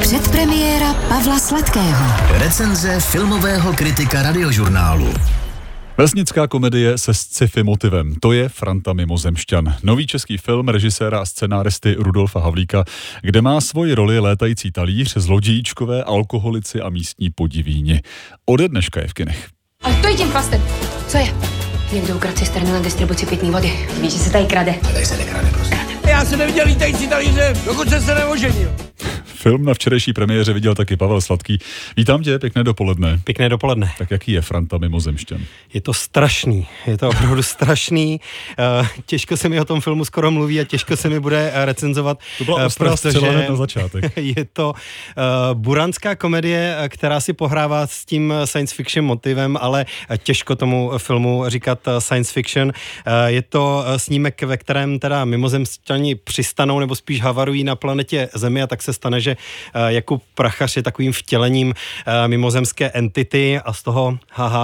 Předpremiéra Pavla Sladkého. Recenze filmového kritika Radiožurnálu. Vesnická komedie se sci-fi motivem. To je Franta mimozemšťan. Nový český film režiséra a scenáristy Rudolfa Havlíka, kde má svoji roli létající talíř, zlodějíčkové, alkoholici a místní podivíni. Ode dneška je v kinech. Ale to tím fastem. Co je? Někdo ukradl cisternu na distribuci pitné vody. Víš, že se tady krade. Tady se nekrade prostě. Já jsem neviděl lítající talíře, dokud jsem se neoženil. Film na včerejší premiéře viděl taky Pavel Sladký. Vítám tě, pěkné dopoledne. Pěkné dopoledne. Tak jaký je Franta mimozemšťan? Je to strašný, je to opravdu strašný. Těžko se mi o tom filmu skoro mluví a těžko se mi bude recenzovat. To byla ostrá střela hned na začátek. Je to buranská komedie, která si pohrává s tím science fiction motivem, ale těžko tomu filmu říkat science fiction. Je to snímek, ve kterém teda mimozemšťani přistanou nebo spíš havarují na planetě Zemi a tak se stane, že Jakub Prachař je takovým vtělením mimozemské entity a z toho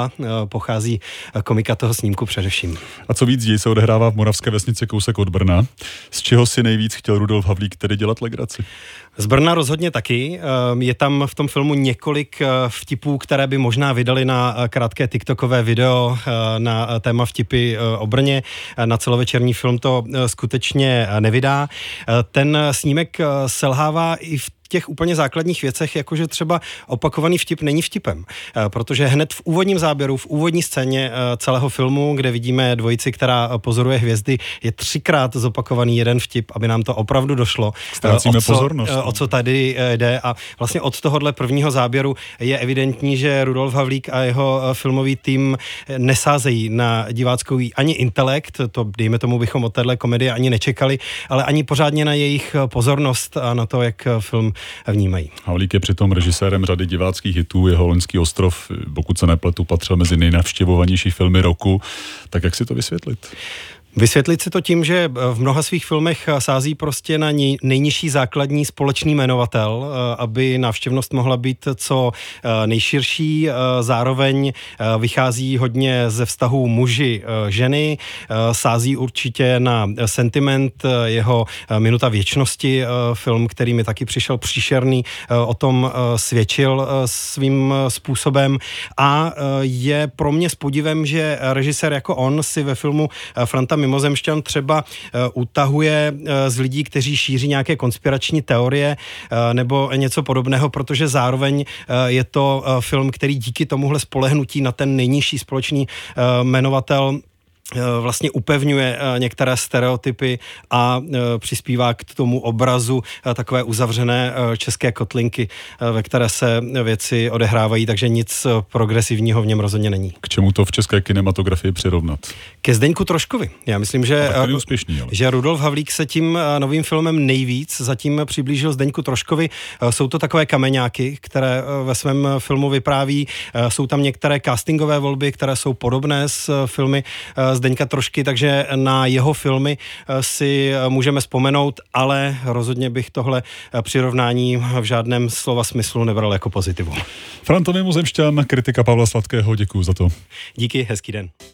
pochází komika toho snímku především. A co víc děj se odehrává v moravské vesnici kousek od Brna. Z čeho si nejvíc chtěl Rudolf Havlík tedy dělat legraci? Z Brna rozhodně taky. Je tam v tom filmu několik vtipů, které by možná vydali na krátké TikTokové video na téma vtipy o Brně. Na celovečerní film to skutečně nevydá. Ten snímek selhává i v těch úplně základních věcech, jakože třeba opakovaný vtip není vtipem, protože hned v úvodním záběru, v úvodní scéně celého filmu, kde vidíme dvojici, která pozoruje hvězdy, je 3krát zopakovaný jeden vtip, aby nám to opravdu došlo. Ztrácíme pozornost. O co tady jde a vlastně od tohohle prvního záběru je evidentní, že Rudolf Havlík a jeho filmový tým nesázejí na diváckou ani intelekt, to dejme tomu bychom od téhle komedie ani nečekali, ale ani pořádně na jejich pozornost a na to, jak film vnímají. Havlík je přitom režisérem řady diváckých hitů, jeho Loňský ostrov, pokud se nepletu, patřil mezi nejnavštěvovanější filmy roku. Tak jak si to vysvětlit? Vysvětlit si to tím, že v mnoha svých filmech sází prostě na nejnižší základní společný jmenovatel, aby návštěvnost mohla být co nejširší, zároveň vychází hodně ze vztahů muži-ženy, sází určitě na sentiment, jeho Minuta věčnosti, film, který mi taky přišel příšerný, o tom svědčil svým způsobem a je pro mě s podivem, že režisér jako on si ve filmu Franta mimozemšťan třeba utahuje z lidí, kteří šíří nějaké konspirační teorie nebo něco podobného, protože zároveň je to film, který díky tomuhle spolehnutí na ten nejnižší společný jmenovatel vlastně upevňuje některé stereotypy a přispívá k tomu obrazu takové uzavřené české kotlinky, ve které se věci odehrávají, takže nic progresivního v něm rozhodně není. K čemu to v české kinematografii přirovnat? Ke Zdeňku Troškovi. Já myslím, že Rudolf Havlík se tím novým filmem nejvíc zatím přiblížil Zdeňku Troškovi. Jsou to takové kameňáky, které ve svém filmu vypráví. Jsou tam některé castingové volby, které jsou podobné s filmy Zdeňka Trošky, takže na jeho filmy si můžeme vzpomenout, ale rozhodně bych tohle přirovnání v žádném slova smyslu nebral jako pozitivu. Franta mimozemšťan, kritika Pavla Sladkého, děkuju za to. Díky, hezký den.